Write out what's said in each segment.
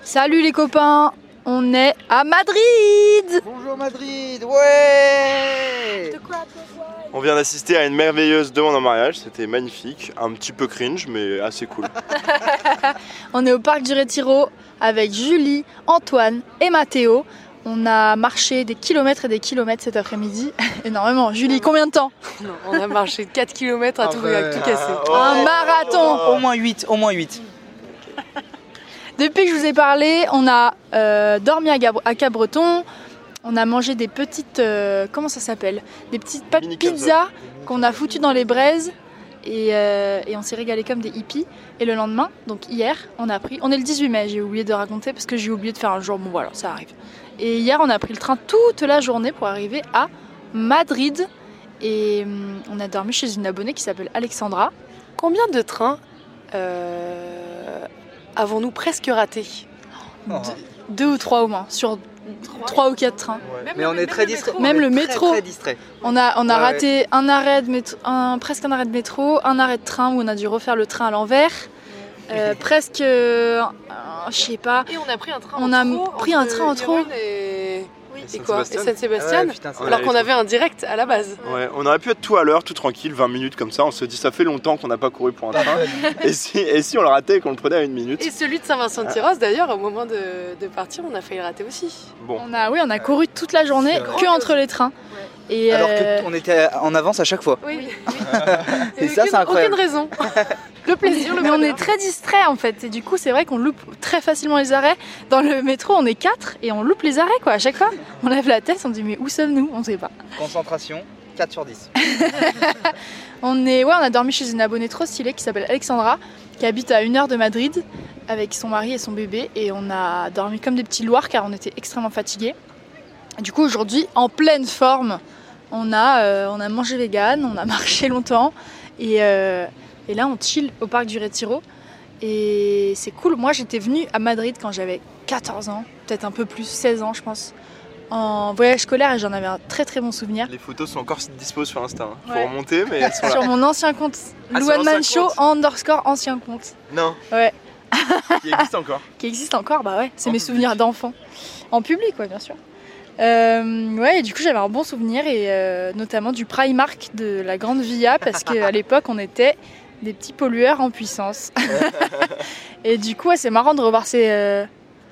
Salut les copains, on est à Madrid. Bonjour Madrid, ouais. On vient d'assister à une merveilleuse demande en mariage, c'était magnifique, un petit peu cringe mais assez cool. On est au parc du Retiro avec Julie, Antoine et Mathéo. On a marché des kilomètres et des kilomètres cet après-midi, énormément. Julie, combien de temps? Non, on a marché 4 km à tout casser. Un marathon. Au moins 8, au moins 8. Depuis que je vous ai parlé, on a dormi à Cabreton, on a mangé des petites, comment ça s'appelle? Des petites pizzas qu'on a foutues dans les braises et on s'est régalé comme des hippies. Et le lendemain, donc hier, on est le 18 mai, j'ai oublié de raconter parce que j'ai oublié de faire un jour, bon voilà, ça arrive. Et hier, on a pris le train toute la journée pour arriver à Madrid et on a dormi chez une abonnée qui s'appelle Alexandra. Combien de trains avons-nous presque raté? Deux ou trois au moins, sur 3 ou 4 trains. Ouais. Mais on est très distrait. Même le métro. Très distrait. On a raté un arrêt de métro, presque un arrêt de métro, un arrêt de train où on a dû refaire le train à l'envers. Presque, je sais pas. Et on a pris un train un train en trop. Et quoi? Et Saint-Sébastien, Ouais, alors qu'on avait un direct à la base. Ouais, on aurait pu être tout à l'heure, tout tranquille, 20 minutes comme ça, on se dit ça fait longtemps qu'on n'a pas couru pour un train. et si on le ratait et qu'on le prenait à 1 minute? Et celui de Saint-Vincent-de-Tyrosse d'ailleurs, au moment de partir, on a failli le rater aussi. Bon. On a couru toute la journée que entre les trains. Ouais. Et Alors qu'on était en avance à chaque fois. Oui. Et ça, c'est incroyable. Aucune raison. Le plaisir, le mais on bonheur. est très distrait en fait et du coup c'est vrai qu'on loupe très facilement les arrêts. Dans le métro on est 4 et on loupe les arrêts quoi. À chaque fois on lève la tête, on dit mais où sommes-nous? On sait pas. Concentration, 4 sur 10. On a dormi chez une abonnée trop stylée qui s'appelle Alexandra, qui habite à 1 heure de Madrid avec son mari et son bébé et on a dormi comme des petits loirs car on était extrêmement fatigués. Du coup aujourd'hui en pleine forme, on a mangé vegan, on a marché longtemps et là, on chill au parc du Retiro. Et c'est cool. Moi, j'étais venue à Madrid quand j'avais 14 ans, peut-être un peu plus, 16 ans, je pense, en voyage scolaire et j'en avais un très très bon souvenir. Les photos sont encore dispo sur Insta. Faut Ouais. remonter, mais elles sont là. Sur mon ancien compte, Ah, sur Louane l'ancien Mancho _ ancien compte. Non, Ouais, qui existe encore. qui existe encore, bah ouais, c'est En mes public. souvenirs d'enfant. En public, ouais, bien sûr. Ouais, et du coup, j'avais un bon souvenir et notamment du Primark de la Grande Via parce qu'à l'époque, on était des petits pollueurs en puissance. Et du coup, ouais, c'est marrant de revoir ces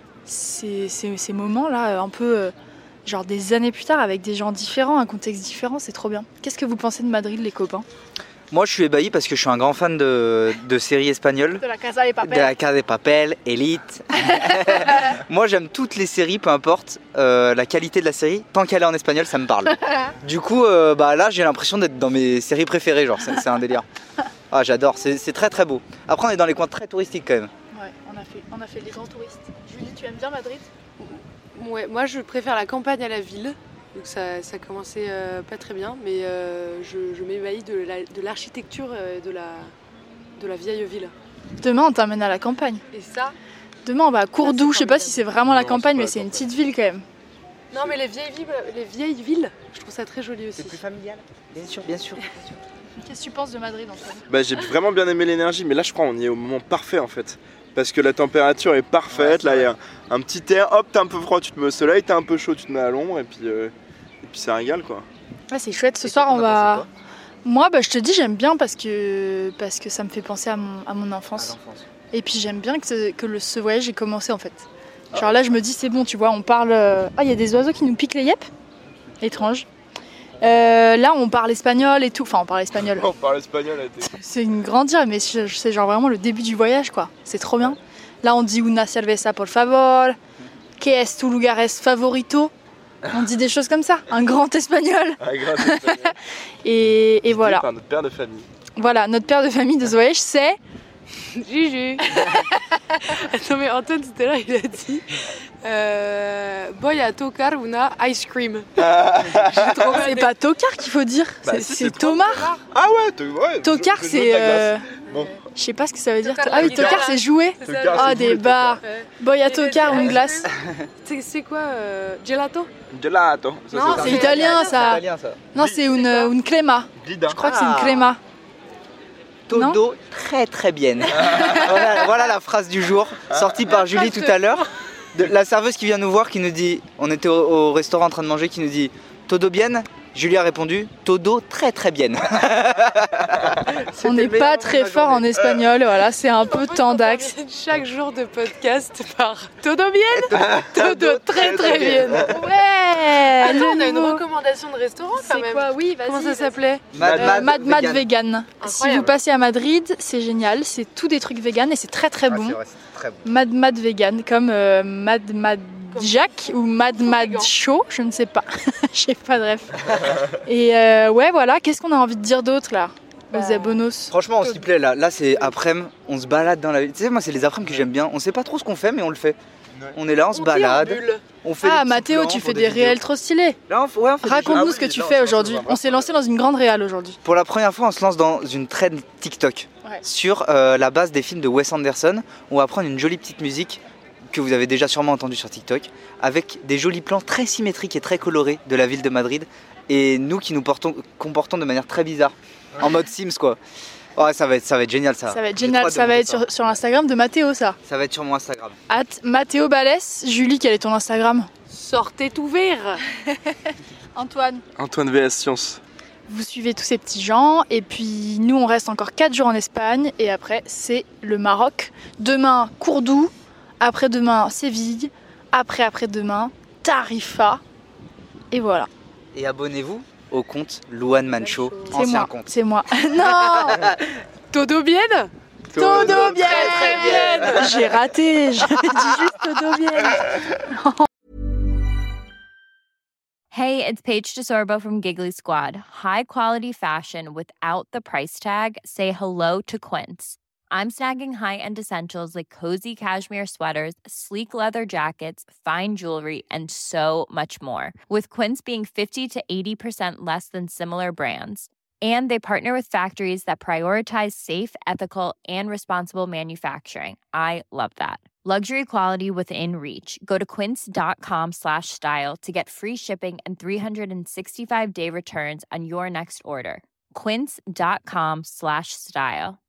moments-là, un peu genre des années plus tard, avec des gens différents, un contexte différent, c'est trop bien. Qu'est-ce que vous pensez de Madrid, les copains? Moi, je suis ébahi parce que je suis un grand fan de séries espagnoles. De la Casa de De la Casa de Papel, Elite. Moi, j'aime toutes les séries, peu importe la qualité de la série. Tant qu'elle est en espagnol, ça me parle. Du coup, là, j'ai l'impression d'être dans mes séries préférées. Genre, c'est un délire. Ah, j'adore. C'est très très beau. Après, on est dans les coins très touristiques quand même. Ouais, on a fait les grands touristes. Julie, tu aimes bien Madrid? Ouais, moi, je préfère la campagne à la ville. Donc ça commençait pas très bien, mais je m'ébahis de l'architecture de la vieille ville. Demain, on t'emmène à la campagne. Et ça? Demain, on va à Cordoue. Je sais pas si c'est vraiment la Non, campagne, c'est pas mais la c'est une campagne. petite ville quand même. Non, mais les vieilles villes, je trouve ça très joli aussi. familial. Bien sûr, bien sûr. Qu'est-ce que tu penses de Madrid, Antoine? Bah, j'ai vraiment bien aimé l'énergie, mais là je crois on y est au moment parfait en fait. Parce que la température est parfaite, Ouais, là il y a un petit air, hop t'es un peu froid, tu te mets au soleil, t'es un peu chaud, tu te mets à l'ombre et puis ça régale quoi. Ouais, c'est chouette. Ce soir, on va. Moi, je te dis, j'aime bien parce que ça me fait penser à mon enfance. Et puis j'aime bien que ce voyage ait commencé en fait. Genre là, je me dis, c'est bon, tu vois, on parle. Ah, il y a des oiseaux qui nous piquent les yeux. Étrange. Là, on parle espagnol et tout. Enfin, on parle espagnol. On parle espagnol, C'est une grande dire, mais c'est genre vraiment le début du voyage, quoi. C'est trop bien. Là, on dit una cerveza por favor. ¿Qué es tu lugares favorito? On dit des choses comme ça. Un grand espagnol. Et voilà. Par notre père de famille. Voilà, notre père de famille de ce voyage, c'est. Juju. Attends, mais Antoine tout à l'heure il a dit voy a tocar una ice cream. C'est pas tocard qu'il faut dire, Bah, c'est trop tomar. Ah ouais, Tocard, je c'est. note la glace. Bon. Je sais pas ce que ça veut dire. Tocard, Ah oui, la guitare. tocard, c'est jouer. C'est Tocard, ça, Ah, c'est des vous, les bars. Boy à tocard, une glace. C'est quoi gelato? Gelato. Ça, Non, C'est italien ça. Italien, ça. Non, c'est une crema. Glida. Je crois que c'est une Ah. crema. Todo très très bien. Voilà la phrase du jour, sortie par Julie tout à l'heure. La serveuse qui vient nous voir, qui nous dit, on était au restaurant en train de manger, qui nous dit todo bien. Julie a répondu todo très très bien. On n'est pas très fort en espagnol, voilà, c'est un peu tendax. Chaque jour de podcast par Todo bien, Todo très très bien. Ouais. Attends, on a une nouveau. recommandation de restaurant quand C'est même. quoi? Oui, vas-y. Comment ça s'appelait? Mad Vegan. Si Incroyable. vous passez à Madrid, c'est génial, c'est tout des trucs vegan et c'est très très bon. C'est vrai, c'est très bon. Mad Vegan, comme Mad Jack ou Mad vegan. Show, je ne sais pas. Je sais pas, bref. Et ouais, voilà, qu'est-ce qu'on a envie de dire d'autre là aux abonos? Franchement, on s'y plaît là. Là, c'est après-midi, on se balade dans la ville. Tu sais, moi, c'est les après-midi que j'aime bien. On sait pas trop ce qu'on fait, mais on le fait. On est là, on se balade. On fait des Ah, petits Mathéo, plans tu pour fais des vidéos. réels trop stylés. Là, on fait des Raconte-nous Ah ce que oui, tu non, fais ça, aujourd'hui. ça va. On s'est lancé dans une grande réal aujourd'hui. Pour la première fois, on se lance dans une trend TikTok Ouais. sur la base des films de Wes Anderson. On va prendre une jolie petite musique que vous avez déjà sûrement entendue sur TikTok, avec des jolis plans très symétriques et très colorés de la ville de Madrid, et nous qui nous comportons de manière très bizarre, en mode Sims quoi. Ouais, ça va être génial ça. Ça va être J'ai génial, trop hâte de ça va monter être sur l'Instagram de Mathéo ça. Ça va être sur mon Instagram. Mathéo Balès. Julie, quel est ton Instagram? Sortez tout vert. Antoine. Antoine VS Science. Vous suivez tous ces petits gens et puis nous on reste encore 4 jours en Espagne et après c'est le Maroc. Demain Cordoue, après-demain Séville, après-demain Tarifa et voilà. Et abonnez-vous au compte Louane Mancho, C'est ancien moi, compte. c'est moi. Non, Todo bien. Todo bien, très bien. J'ai raté, j'avais dit juste Todo bien. Hey, it's Paige DeSorbo from Giggly Squad. High quality fashion without the price tag. Say hello to Quince. I'm snagging high-end essentials like cozy cashmere sweaters, sleek leather jackets, fine jewelry, and so much more. With Quince being 50 to 80% less than similar brands. And they partner with factories that prioritize safe, ethical, and responsible manufacturing. I love that. Luxury quality within reach. Go to quince.com/style to get free shipping and 365-day returns on your next order. Quince.com/style.